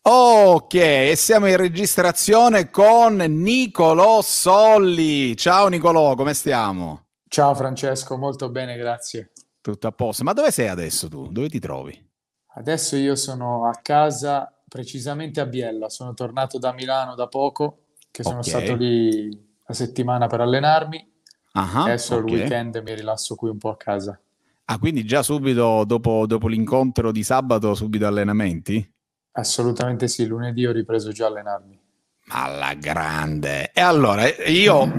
Ok, e siamo in registrazione con Nicolò Solli. Ciao Nicolò, come stiamo? Ciao Francesco, molto bene, grazie. Tutto a posto. Ma dove sei adesso tu? Dove ti trovi? Adesso io sono a casa, precisamente a Biella. Sono tornato da Milano da poco, che sono Ok. stato lì una settimana per allenarmi. Ah, Adesso il ok. weekend mi rilasso qui un po' a casa. Ah, quindi già subito dopo l'incontro di sabato, subito allenamenti? Assolutamente sì, lunedì ho ripreso già a allenarmi. Alla grande. E allora, io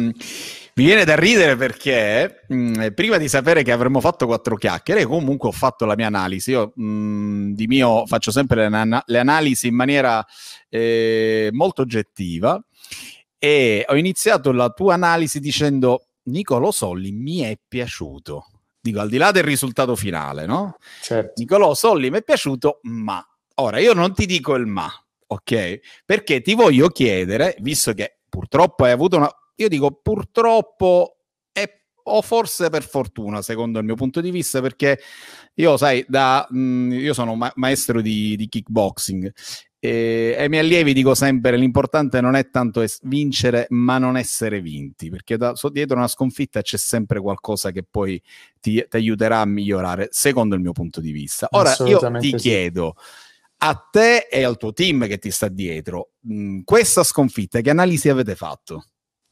mi viene da ridere perché prima di sapere che avremmo fatto quattro chiacchiere, comunque ho fatto la mia analisi. Io di mio faccio sempre le analisi in maniera molto oggettiva e ho iniziato la tua analisi dicendo Nicolò Solli mi è piaciuto. Dico, al di là del risultato finale, no? Certo. Nicolò Solli mi è piaciuto, ma ora io non ti dico il ma, ok? Perché ti voglio chiedere, visto che purtroppo hai avuto una... Io dico purtroppo o forse per fortuna, secondo il mio punto di vista, perché io, sai, io sono maestro di kickboxing e ai miei allievi dico sempre l'importante non è tanto vincere, ma non essere vinti, perché dietro una sconfitta c'è sempre qualcosa che poi ti aiuterà a migliorare, secondo il mio punto di vista. Ora, io ti Assolutamente sì. chiedo a te e al tuo team che ti sta dietro, questa sconfitta, che analisi avete fatto?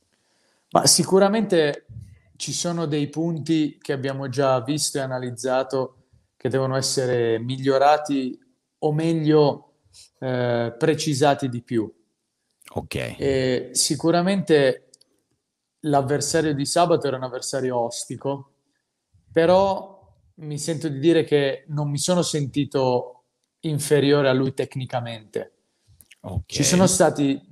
Ma sicuramente ci sono dei punti che abbiamo già visto e analizzato che devono essere migliorati o meglio precisati di più. Ok, E sicuramente l'avversario di sabato era un avversario ostico, però mi sento di dire che non mi sono sentito inferiore a lui tecnicamente. ok. Ci sono stati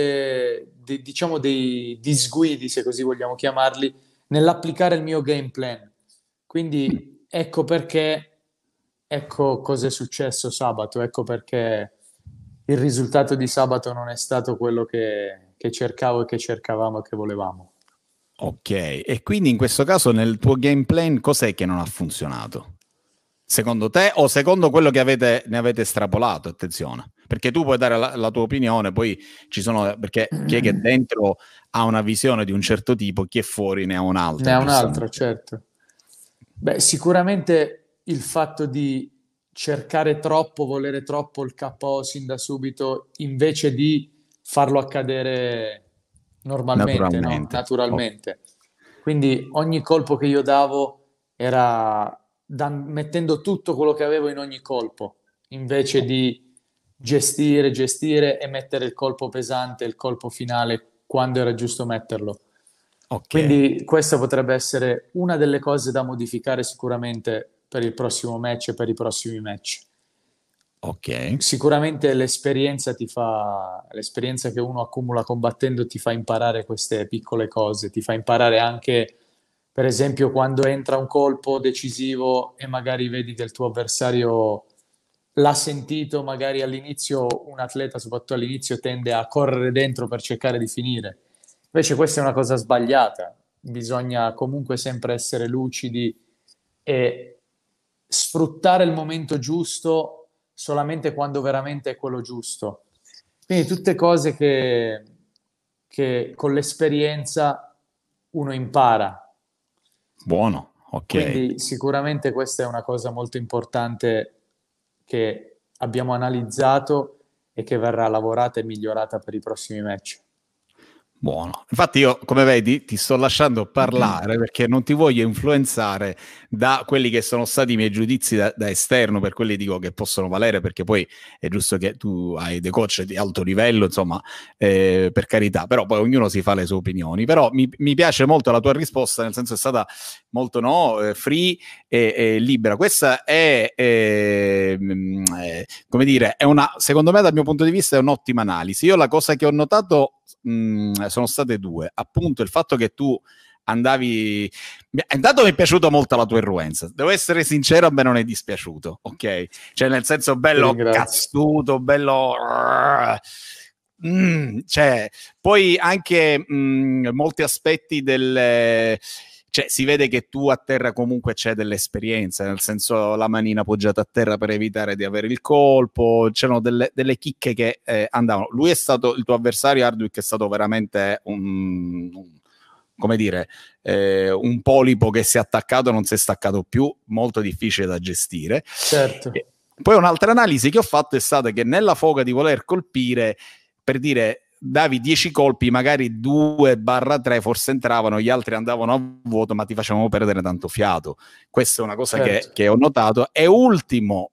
diciamo dei disguidi, se così vogliamo chiamarli, nell'applicare il mio game plan. Mm. Quindi ecco perché, ecco cosa è successo sabato, ecco perché il risultato di sabato non è stato quello che cercavo e che cercavamo e che volevamo. Ok, e quindi in questo caso nel tuo game plan cos'è che non ha funzionato? Secondo te o secondo quello che ne avete estrapolato? Attenzione, perché tu puoi dare la tua opinione, poi ci sono, perché chi è che dentro ha una visione di un certo tipo, chi è fuori ne ha Ne un'altra, ha un altro, giustamente. certo. Beh, sicuramente il fatto di cercare troppo, volere troppo il KO sin da subito, invece di farlo accadere normalmente, no? Naturalmente. Oh, Naturalmente. Quindi ogni colpo che io davo era mettendo tutto quello che avevo in ogni colpo, invece oh, di gestire, gestire e mettere il colpo pesante, il colpo finale quando era giusto metterlo. ok, Quindi questa potrebbe essere una delle cose da modificare sicuramente per il prossimo match e per i prossimi match. ok. Sicuramente l'esperienza che uno accumula combattendo ti fa imparare queste piccole cose, ti fa imparare anche, per esempio, quando entra un colpo decisivo e magari vedi che il tuo avversario l'ha sentito, magari all'inizio un atleta, soprattutto all'inizio, tende a correre dentro per cercare di finire. Invece questa è una cosa sbagliata, bisogna comunque sempre essere lucidi e sfruttare il momento giusto solamente quando veramente è quello giusto. Quindi tutte cose che con l'esperienza uno impara. Buono, ok. Quindi sicuramente questa è una cosa molto importante che abbiamo analizzato e che verrà lavorata e migliorata per i prossimi match. Buono. Infatti io, come vedi, ti sto lasciando parlare perché non ti voglio influenzare da quelli che sono stati i miei giudizi da esterno, per quelli dico che possono valere, perché poi è giusto che tu hai dei coach di alto livello, insomma, per carità, però poi ognuno si fa le sue opinioni. Però mi piace molto la tua risposta, nel senso è stata molto no, free e libera. Questa è, come dire, è una, secondo me dal mio punto di vista è un'ottima analisi. Io la cosa che ho notato sono state due. Appunto, il fatto che tu andavi. Intanto mi è piaciuta molto la tua irruenza. Devo essere sincero, a me non è dispiaciuto, ok? Cioè, nel senso, Ti bello ringrazio. cazzuto, bello. Cioè, poi anche molti aspetti del. cioè si vede che tu a terra comunque c'è dell'esperienza, nel senso la manina appoggiata a terra per evitare di avere il colpo, c'erano delle chicche che andavano. Lui è stato, il tuo avversario Hardwick è stato veramente come dire, un polipo che si è attaccato e non si è staccato più, molto difficile da gestire. Certo. Poi un'altra analisi che ho fatto è stata che nella foga di voler colpire, per dire, davi 10 colpi, magari 2/3 forse entravano, gli altri andavano a vuoto, ma ti facevano perdere tanto fiato. Questa è una cosa che ho notato. E ultimo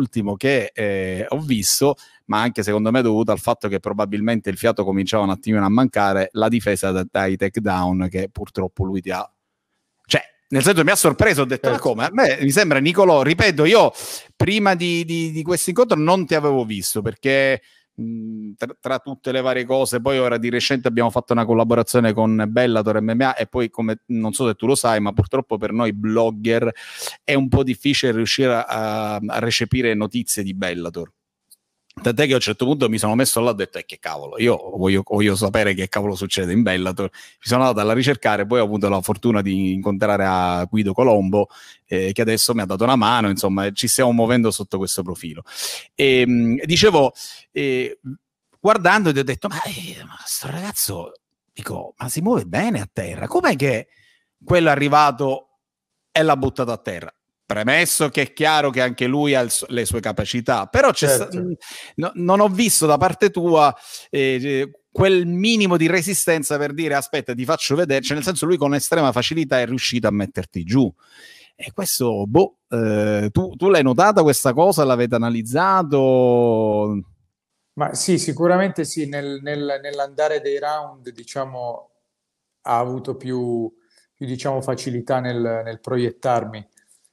che ho visto, ma anche secondo me dovuto al fatto che probabilmente il fiato cominciava un attimino a mancare, la difesa dai takedown che purtroppo lui ti ha... Cioè, nel senso mi ha sorpreso, ho detto, ma come? A me mi sembra, Nicolò, ripeto, io prima di questo incontro non ti avevo visto, perché tra tutte le varie cose, poi ora di recente abbiamo fatto una collaborazione con Bellator MMA e poi, come non so se tu lo sai, ma purtroppo per noi blogger è un po' difficile riuscire a recepire notizie di Bellator. Tant'è che a un certo punto mi sono messo là e ho detto che cavolo, io voglio sapere che cavolo succede in Bellator. Mi sono andato alla ricercare, poi ho avuto la fortuna di incontrare a Guido Colombo, che adesso mi ha dato una mano, insomma ci stiamo muovendo sotto questo profilo. Dicevo, guardando ti ho detto, ma sto ragazzo, dico, ma si muove bene a terra, com'è che quello è arrivato e l'ha buttato a terra? Premesso che è chiaro che anche lui ha le sue capacità, però non ho visto da parte tua quel minimo di resistenza per dire aspetta, ti faccio vedere, cioè nel senso lui con estrema facilità è riuscito a metterti giù. E questo, tu l'hai notata questa cosa? L'avete analizzato? Ma sì, sicuramente sì, nell'andare dei round, diciamo, ha avuto più diciamo, facilità nel proiettarmi.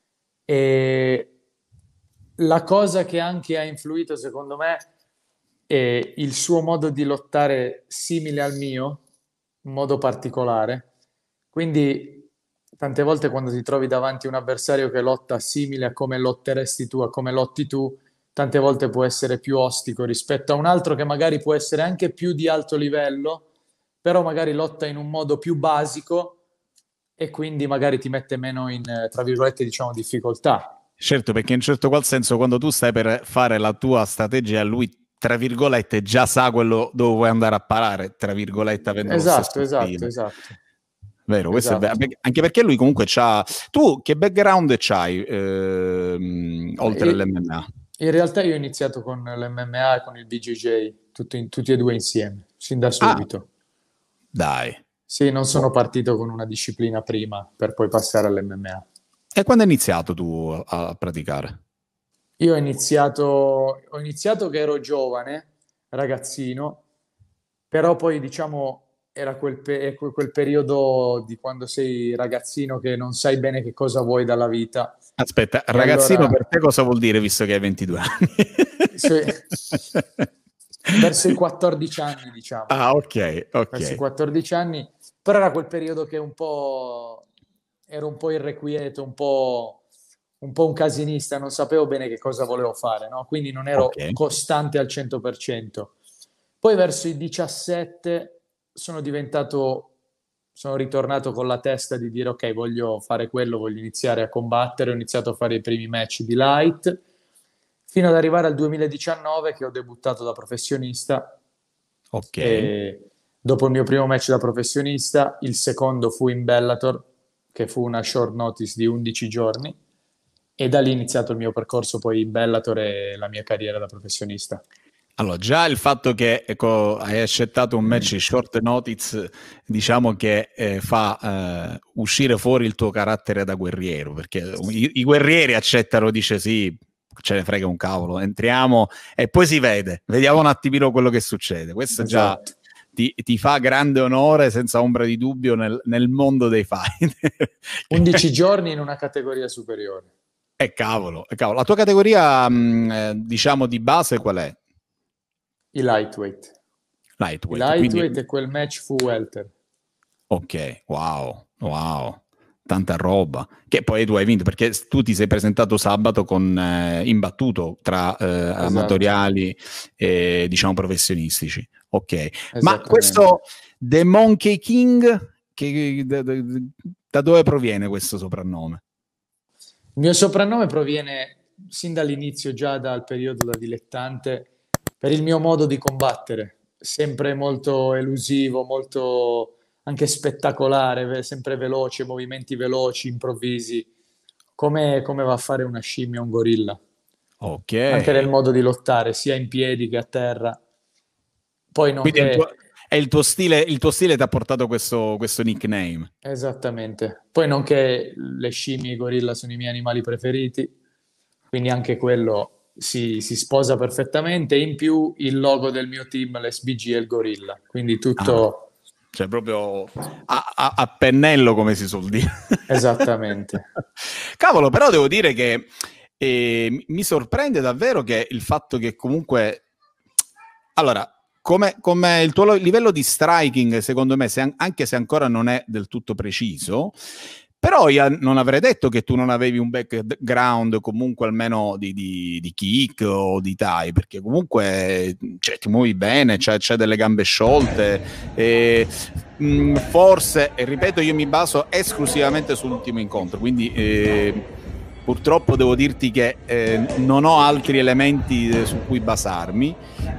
E la cosa che anche ha influito, secondo me, è il suo modo di lottare simile al mio, in modo particolare. Quindi, tante volte quando ti trovi davanti un avversario che lotta simile a come lotteresti tu, a come lotti tu, tante volte può essere più ostico rispetto a un altro che magari può essere anche più di alto livello, però magari lotta in un modo più basico e quindi magari ti mette meno in, tra virgolette, diciamo, difficoltà. Certo, perché in certo qual senso quando tu stai per fare la tua strategia, lui, tra virgolette, già sa quello dove vuoi andare a parare, tra virgolette, avendo lo stesso stile. Esatto. Vero, questo è vero. Anche perché lui comunque c'ha... Tu che background c'hai oltre all'MMA? In realtà io ho iniziato con l'MMA e con il BJJ, tutti e due insieme, sin da subito. Dai. Sì, non sono partito con una disciplina prima per poi passare all'MMA. E quando hai iniziato tu a praticare? Io ho iniziato che ero giovane, ragazzino, però poi diciamo era quel periodo di quando sei ragazzino che non sai bene che cosa vuoi dalla vita. Aspetta, ragazzino allora, per te cosa vuol dire visto che hai 22 anni? Verso i 14 anni, diciamo. Ah, ok. Verso i 14 anni, però era quel periodo che ero un po' irrequieto, un po' un casinista, non sapevo bene che cosa volevo fare, no? Quindi non ero costante al 100%. Poi verso i 17 sono ritornato con la testa di dire ok, voglio fare quello, voglio iniziare a combattere, ho iniziato a fare i primi match di light, fino ad arrivare al 2019 che ho debuttato da professionista. Ok. E dopo il mio primo match da professionista, il secondo fu in Bellator, che fu una short notice di 11 giorni, e da lì è iniziato il mio percorso poi in Bellator e la mia carriera da professionista. Allora, già il fatto che hai accettato un match short notice, diciamo che fa uscire fuori il tuo carattere da guerriero, perché i guerrieri accettano, dice sì, ce ne frega un cavolo, entriamo e poi si vede, vediamo un attimino quello che succede. Questo già ti fa grande onore, senza ombra di dubbio, nel mondo dei fight. 11 giorni in una categoria superiore. Cavolo. La tua categoria, diciamo, di base qual è? I lightweight. Quindi... e quel match fu welter. Ok, wow, tanta roba. Che poi tu hai vinto, perché tu ti sei presentato sabato con imbattuto tra amatoriali e diciamo professionistici. Ok, ma questo The Monkey King, Da dove proviene questo soprannome? Il mio soprannome proviene sin dall'inizio, già dal periodo da dilettante, per il mio modo di combattere, sempre molto elusivo, molto anche spettacolare, sempre veloce, movimenti veloci, improvvisi, come va a fare una scimmia o un gorilla, Ok. anche nel modo di lottare, sia in piedi che a terra. Poi Quindi nonché, è il tuo stile ti ha portato questo nickname. esattamente, poi nonché le scimmie e i gorilla sono i miei animali preferiti, quindi anche quello si sposa perfettamente. In più il logo del mio team, l'SBG, è il gorilla, quindi Ah, tutto cioè proprio a pennello, come si suol dire. esattamente. Cavolo, però devo dire che mi sorprende davvero che il fatto che comunque... Allora, come il tuo livello di striking, secondo me, anche se ancora non è del tutto preciso, però io non avrei detto che tu non avevi un background comunque almeno di kick o di Thai, perché comunque cioè, ti muovi bene, c'è delle gambe sciolte. E, forse, e ripeto, io mi baso esclusivamente sull'ultimo incontro, quindi purtroppo devo dirti che non ho altri elementi su cui basarmi.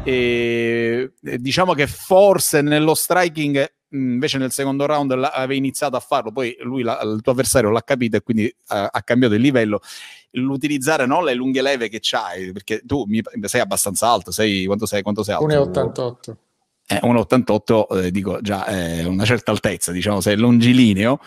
Diciamo che forse nello striking invece nel secondo round avevi iniziato a farlo, poi lui il tuo avversario l'ha capito e quindi ha cambiato il livello. L'utilizzare non le lunghe leve che c'hai, perché tu sei abbastanza alto, quanto sei alto? 1,88. 1,88, dico già una certa altezza, diciamo, sei longilineo.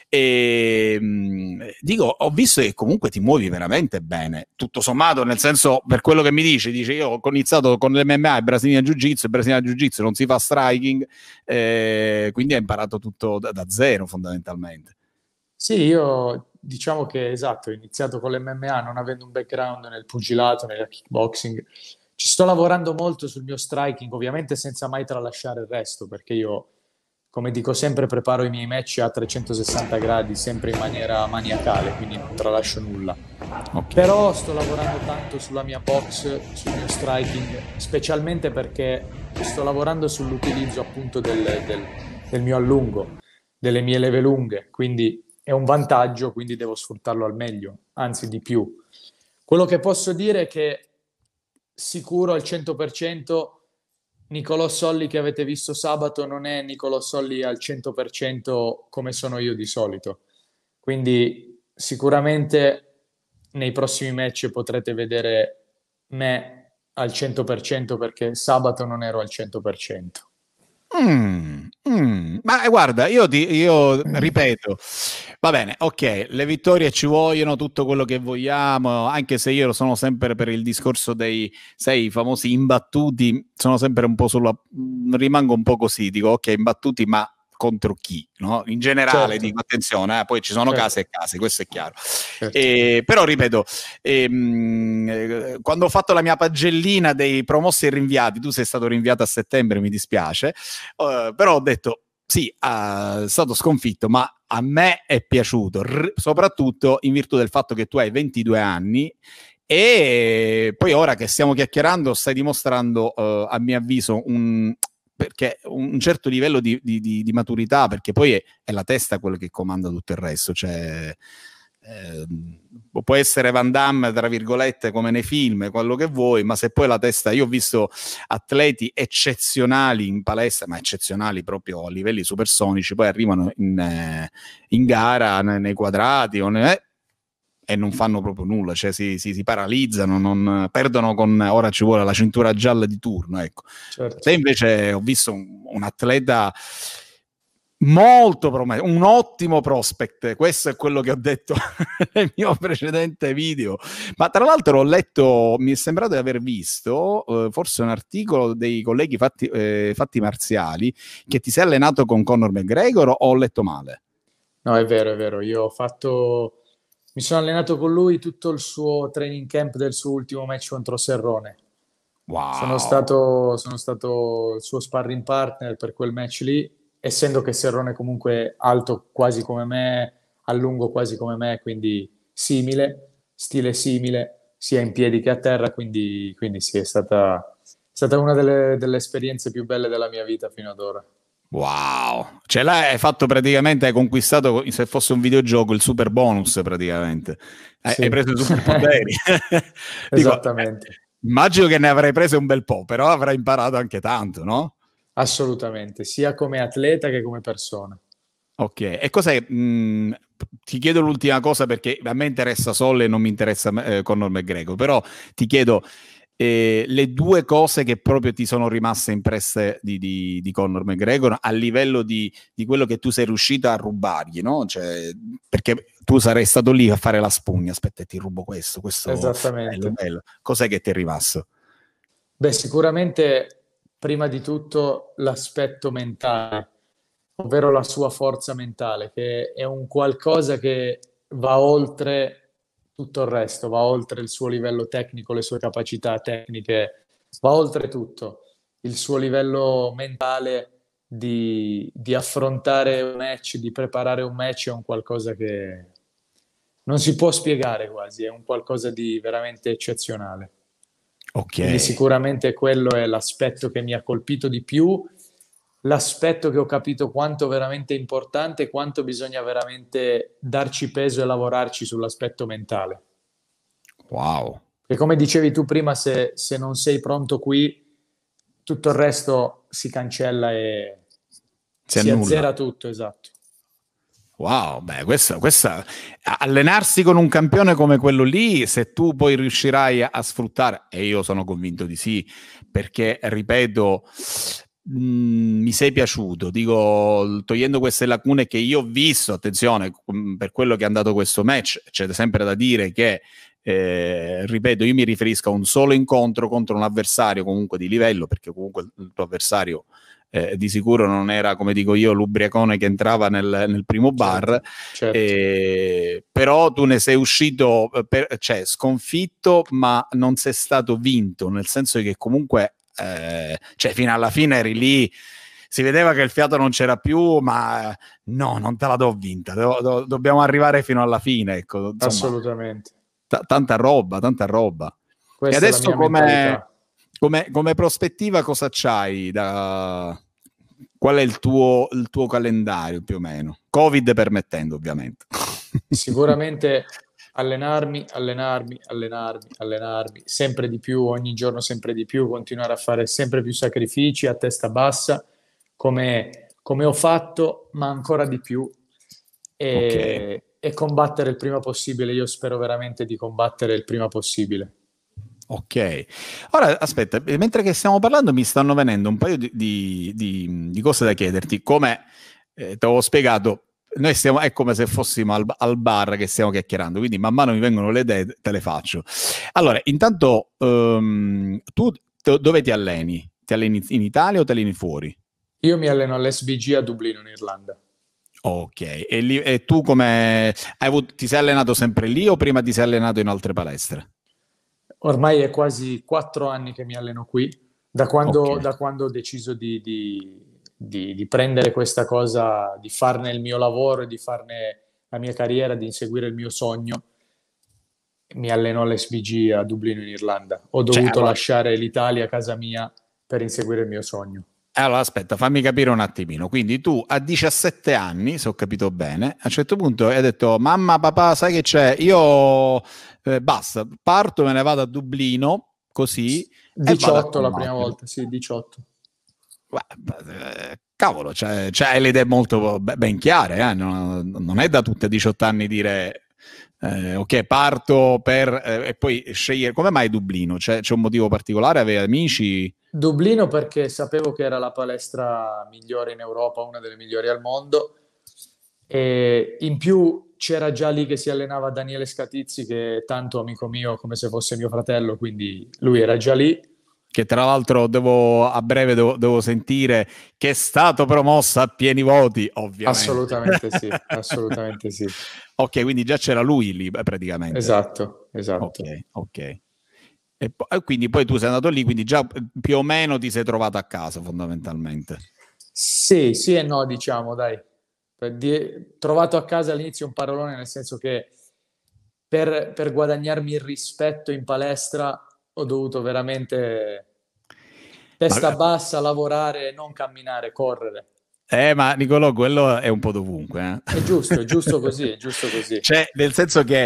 E dico, ho visto che comunque ti muovi veramente bene, tutto sommato, nel senso, per quello che mi dice io ho iniziato con l'MMA e Brasilian Jiu-Jitsu, e Brasilian Jiu-Jitsu non si fa striking, quindi hai imparato tutto da zero fondamentalmente. Sì, io diciamo che esatto, ho iniziato con l'MMA non avendo un background nel pugilato, nel kickboxing. Ci sto lavorando molto sul mio striking, ovviamente senza mai tralasciare il resto, perché io, come dico sempre, preparo i miei match a 360 gradi, sempre in maniera maniacale, quindi non tralascio nulla. Ok. Però sto lavorando tanto sulla mia box, sul mio striking, specialmente perché sto lavorando sull'utilizzo appunto del mio allungo, delle mie leve lunghe, quindi è un vantaggio, quindi devo sfruttarlo al meglio, anzi di più. Quello che posso dire è che sicuro al 100% Nicolò Solli che avete visto sabato non è Nicolò Solli al 100% come sono io di solito. Quindi sicuramente nei prossimi match potrete vedere me al 100% perché sabato non ero al 100%. Ma guarda, io ripeto, va bene, ok, le vittorie ci vogliono, tutto quello che vogliamo, anche se io sono sempre per il discorso dei, sei, famosi imbattuti, sono sempre un po' rimango un po' così, dico ok, imbattuti, ma contro chi? No? In generale Certo, dico attenzione, poi ci sono case certo, e case, questo è chiaro. certo. Però ripeto, quando ho fatto la mia pagellina dei promossi e rinviati, tu sei stato rinviato a settembre, mi dispiace, però ho detto sì, è stato sconfitto, ma a me è piaciuto, soprattutto in virtù del fatto che tu hai 22 anni e poi ora che stiamo chiacchierando stai dimostrando, a mio avviso, perché un certo livello di maturità, perché poi è la testa quello che comanda tutto il resto, cioè può essere Van Damme tra virgolette come nei film, quello che vuoi, ma se poi la testa, io ho visto atleti eccezionali in palestra, ma eccezionali proprio a livelli supersonici, poi arrivano in gara nei quadrati e non fanno proprio nulla, cioè si paralizzano, perdono con ora ci vuole la cintura gialla di turno, ecco. Certo. Te invece ho visto un atleta molto promesso, un ottimo prospect, questo è quello che ho detto nel mio precedente video, ma tra l'altro ho letto, mi è sembrato di aver visto forse un articolo dei colleghi fatti marziali che ti sei allenato con Conor McGregor o ho letto male? No, è vero, è vero. Mi sono allenato con lui tutto il suo training camp del suo ultimo match contro Serrone. Wow. Sono stato il suo sparring partner per quel match lì, essendo che Serrone comunque alto quasi come me, a lungo quasi come me, quindi simile, stile simile, sia in piedi che a terra, quindi sì, è stata una delle esperienze più belle della mia vita fino ad ora. Wow, cioè là hai fatto praticamente, hai conquistato, se fosse un videogioco, il super bonus praticamente. Hai Sì, preso i superpoteri. Dico, esattamente, immagino che ne avrai preso un bel po', però avrai imparato anche tanto, no? assolutamente, sia come atleta che come persona. Ok, e cos'è? Ti chiedo l'ultima cosa perché a me interessa Sol e non mi interessa Conor McGregor, però ti chiedo le due cose che proprio ti sono rimaste impresse di Conor McGregor a livello di quello che tu sei riuscito a rubargli, no? Cioè, perché tu sarei stato lì a fare la spugna, aspetta, ti rubo questo bello, Esattamente. bello. Cos'è che ti è rimasto? Beh, sicuramente prima di tutto l'aspetto mentale, ovvero la sua forza mentale, che è un qualcosa che va oltre tutto il resto, va oltre il suo livello tecnico, le sue capacità tecniche, va oltre tutto. Il suo livello mentale di affrontare un match, di preparare un match è un qualcosa che non si può spiegare quasi, è un qualcosa di veramente eccezionale. Ok. Quindi sicuramente quello è l'aspetto che mi ha colpito di più, l'aspetto che ho capito quanto veramente è importante e quanto bisogna veramente darci peso e lavorarci sull'aspetto mentale. Wow. E come dicevi tu prima, se non sei pronto qui, tutto il resto si cancella e Si si annulla. azzera tutto, esatto. Wow, beh, allenarsi con un campione come quello lì, se tu poi riuscirai a sfruttare, e io sono convinto di sì, perché ripeto, mi sei piaciuto, dico, togliendo queste lacune che io ho visto, attenzione, per quello che è andato questo match, c'è sempre da dire che ripeto, io mi riferisco a un solo incontro contro un avversario comunque di livello, perché comunque il tuo avversario di sicuro non era, come dico io, l'ubriacone che entrava nel primo bar, Certo, certo, però tu ne sei uscito cioè, sconfitto, ma non sei stato vinto, nel senso che comunque cioè, fino alla fine eri lì, si vedeva che il fiato non c'era più, ma no, non te la do vinta, dobbiamo arrivare fino alla fine, ecco, insomma, assolutamente. tanta roba, tanta roba. E Questa è la adesso mia mentalità. come prospettiva cosa c'hai da... Qual è il tuo calendario più o meno? Covid permettendo, ovviamente. Sicuramente allenarmi, allenarmi, allenarmi, allenarmi, sempre di più, ogni giorno sempre di più, continuare a fare sempre più sacrifici a testa bassa, come ho fatto, ma ancora di più, Ok. e combattere il prima possibile. Io spero veramente di combattere il prima possibile. Ok, ora aspetta, mentre che stiamo parlando mi stanno venendo un paio di cose da chiederti. Come ti avevo spiegato, noi stiamo, è come se fossimo al bar che stiamo chiacchierando, quindi man mano mi vengono le idee, te le faccio. Allora, intanto, tu dove ti alleni? Ti alleni in Italia o ti alleni fuori? Io mi alleno all'SBG a Dublino, in Irlanda. Ok, e tu come ti sei allenato sempre lì o prima ti sei allenato in altre palestre? Ormai è quasi 4 anni che mi alleno qui, Ok. da quando ho deciso di prendere questa cosa, di farne il mio lavoro e di farne la mia carriera, di inseguire il mio sogno. Mi alleno all'SBG a Dublino in Irlanda. Ho Cioè, dovuto allora, lasciare l'Italia, casa mia, per inseguire il mio sogno. allora, aspetta, fammi capire un attimino. Quindi tu a 17 anni, se ho capito bene, a un certo punto hai detto, mamma, papà, sai che c'è? Io basta, parto, me ne vado a Dublino, così, e vado a 18 la prima combattere. volta, sì, 18. Cavolo, hai le idee molto ben chiare, eh? Non è da tutti a 18 anni dire ok, parto per e poi scegliere. Come mai Dublino? C'è un motivo particolare? Avevi amici? Dublino perché sapevo che era la palestra migliore in Europa, una delle migliori al mondo, e in più c'era già lì che si allenava Daniele Scatizzi, che è tanto amico mio come se fosse mio fratello, quindi lui era già lì. Che tra l'altro a breve devo sentire che è stato promosso a pieni voti, ovviamente. Assolutamente sì, assolutamente sì. Ok, quindi già c'era lui lì praticamente. Esatto, Ok, esatto. ok. E quindi poi tu sei andato lì, quindi già più o meno ti sei trovato a casa fondamentalmente. Sì, sì e no, diciamo, dai. Trovato a casa all'inizio un parolone, nel senso che per guadagnarmi il rispetto in palestra ho dovuto veramente Ma testa bassa, lavorare, non camminare, correre. Ma Nicolò, quello è un po' dovunque. È giusto così, è giusto così. Cioè, nel senso che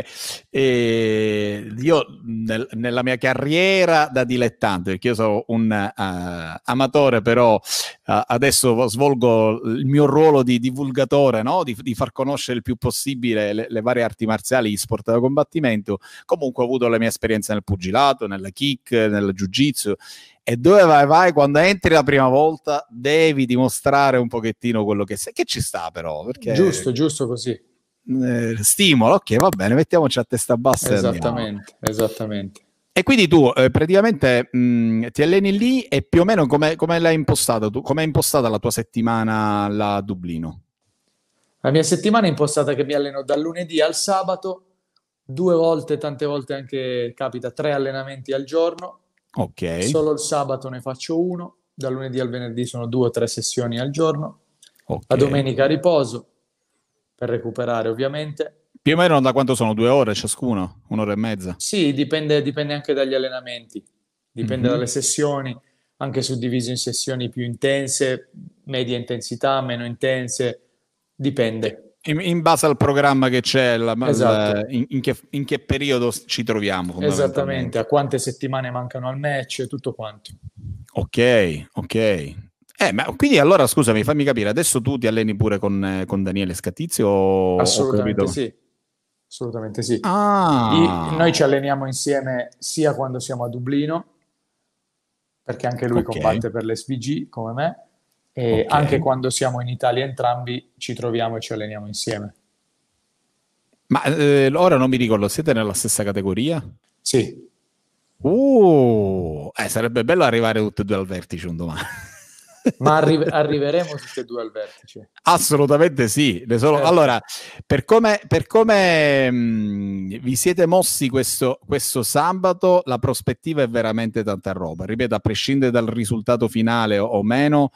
io nella mia carriera da dilettante, perché io sono un amatore, però adesso svolgo il mio ruolo di divulgatore, no? Di far conoscere il più possibile le varie arti marziali, gli sport da combattimento. Comunque ho avuto le mie esperienze nel pugilato, nella kick, nel jiu-jitsu. E dove vai quando entri la prima volta devi dimostrare un pochettino quello che sei, che ci sta però, perché Giusto così. stimolo, ok, va bene, mettiamoci a testa bassa e andiamo. Esattamente. E quindi tu praticamente ti alleni lì e più o meno come l'hai impostato tu? Come è impostata la tua settimana là a Dublino? La mia settimana è impostata che mi alleno dal lunedì al sabato, 2 volte, tante volte anche capita 3 allenamenti al giorno. Ok, Solo il sabato ne faccio uno, dal lunedì al venerdì sono 2 o 3 sessioni al giorno. La ok. domenica riposo per recuperare, ovviamente. Più o meno da quanto sono? 2 ore ciascuno? Un'ora e mezza? Sì, dipende anche dagli allenamenti, dipende Mhm. dalle sessioni, anche suddiviso in sessioni più intense, media intensità, meno intense, dipende. In base al programma che c'è, Esatto, in che periodo ci troviamo esattamente, fondamentalmente. a quante settimane mancano al match, tutto quanto. Ok, ok. Ma quindi allora scusami, fammi capire, adesso tu ti alleni pure con Daniele Scatizio o ho Assolutamente capito? sì, assolutamente sì. Noi Ah, ci alleniamo insieme sia quando siamo a Dublino, perché anche lui ok, combatte per l'SBG come me, e ok. anche quando siamo in Italia entrambi ci troviamo e ci alleniamo insieme. Ma ora non mi ricordo, siete nella stessa categoria? Sì, Sarebbe bello arrivare tutti e due al vertice un domani. ma arriveremo tutti e due al vertice. Assolutamente sì. Certo. Allora, per come vi siete mossi questo sabato, la prospettiva è veramente tanta roba. Ripeto, a prescindere dal risultato finale o meno,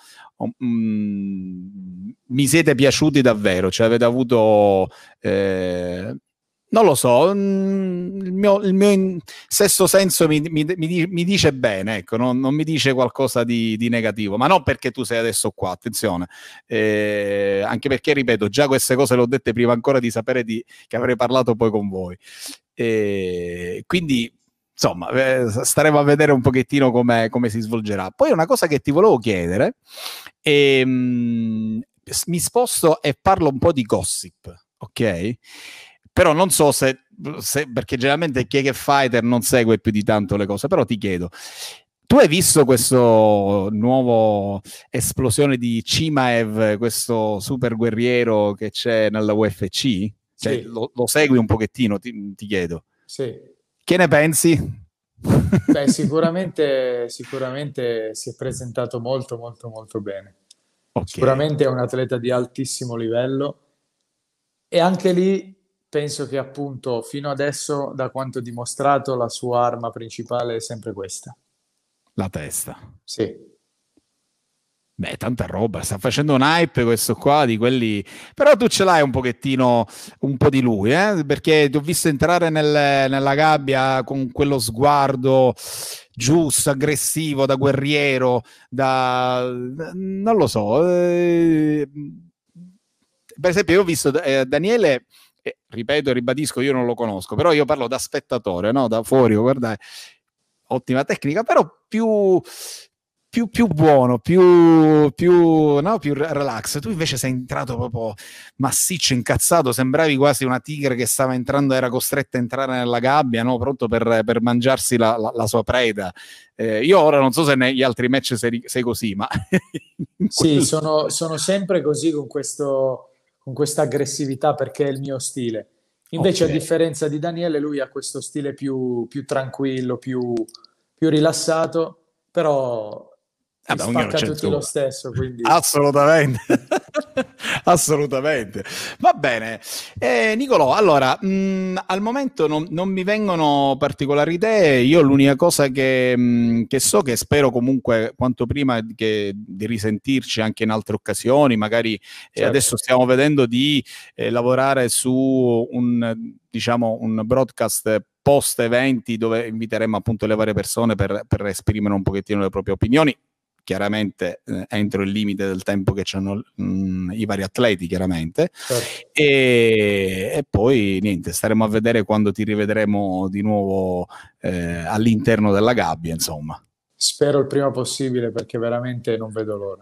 mi siete piaciuti davvero. Cioè, avete avuto, non lo so, il mio sesto senso mi dice bene, ecco, non mi dice qualcosa di negativo, ma non perché tu sei adesso qua, attenzione. Anche perché, ripeto, già queste cose le ho dette prima ancora di sapere che avrei parlato poi con voi. Quindi, insomma, staremo a vedere un pochettino come si svolgerà. Poi una cosa che ti volevo chiedere, mi sposto e parlo un po' di gossip, ok? Però non so se perché generalmente chi è che fighter non segue più di tanto le cose, però ti chiedo, tu hai visto questo nuovo esplosione di Chimaev, questo super guerriero che c'è nella UFC? Cioè, Sì, lo segui un pochettino, ti chiedo. sì. Che ne pensi? Beh, sicuramente si è presentato molto, molto, molto bene. Ok, Sicuramente è un atleta di altissimo livello e anche lì penso che appunto fino adesso, da quanto dimostrato, la sua arma principale è sempre questa. la testa. Sì, Beh, tanta roba, sta facendo un hype questo qua di quelli. Però tu ce l'hai un pochettino, un po' di lui, perché ti ho visto entrare nella gabbia con quello sguardo giusto, aggressivo, da guerriero, non lo so. Per esempio, io ho visto Daniele, ripeto e ribadisco, io non lo conosco, però io parlo da spettatore, no? Da fuori, guarda, ottima tecnica, però più buono, no? Più relax. Tu invece sei entrato proprio massiccio, incazzato, sembravi quasi una tigre che stava entrando, era costretta a entrare nella gabbia, no? Pronto per mangiarsi la sua preda. Io ora non so se negli altri match sei così, ma in sì, quello... sono sempre così con questa aggressività perché è il mio stile. Invece, Ok. a differenza di Daniele, lui ha questo stile più tranquillo, più rilassato, però li Vabbè, ognuno spacca c'è il tutti lo suo. stesso, quindi Assolutamente. Assolutamente. Va bene. Nicolò, allora, al momento non mi vengono particolari idee. Io l'unica cosa che so, che spero comunque quanto prima di risentirci anche in altre occasioni, magari certo. adesso stiamo vedendo di lavorare su diciamo, un broadcast post eventi dove inviteremo appunto le varie persone per esprimere un pochettino le proprie opinioni chiaramente entro il limite del tempo che hanno i vari atleti, chiaramente. Certo. E poi niente, staremo a vedere quando ti rivedremo di nuovo all'interno della gabbia, insomma. Spero il prima possibile, perché veramente non vedo l'ora.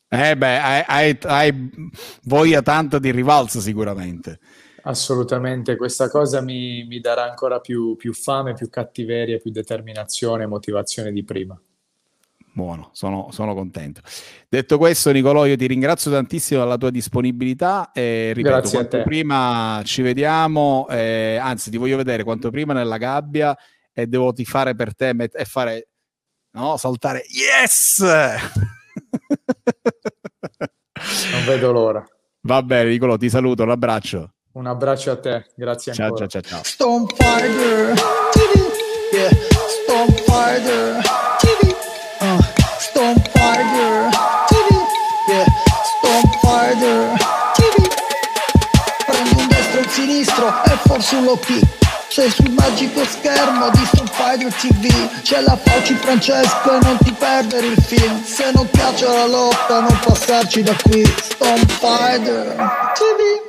Hai voglia tanto di rivalsa sicuramente. Assolutamente, questa cosa mi darà ancora più fame, più cattiveria, più determinazione e motivazione di prima. Buono, sono contento. Detto questo, Nicolò, io ti ringrazio tantissimo della tua disponibilità e ripeto, Grazie a quanto te. prima ci vediamo, anzi ti voglio vedere quanto prima nella gabbia e devo tifare per te e fare, no, saltare, yes! Non vedo l'ora. Va bene, Nicolò, ti saluto, un abbraccio. Un abbraccio a te, grazie Ciao, ancora. ciao, ciao, ciao. Stone Fighter TV, yeah. Stone Fighter TV, Stone Fighter TV, yeah. Stone Fighter TV. Prendi un destro e un sinistro e forse un low kick. Sei sul magico schermo di Stone Fighter TV. C'è la Fauci Francesco e non ti perdere il film. Se non piace la lotta non passarci da qui. Stone Fighter TV.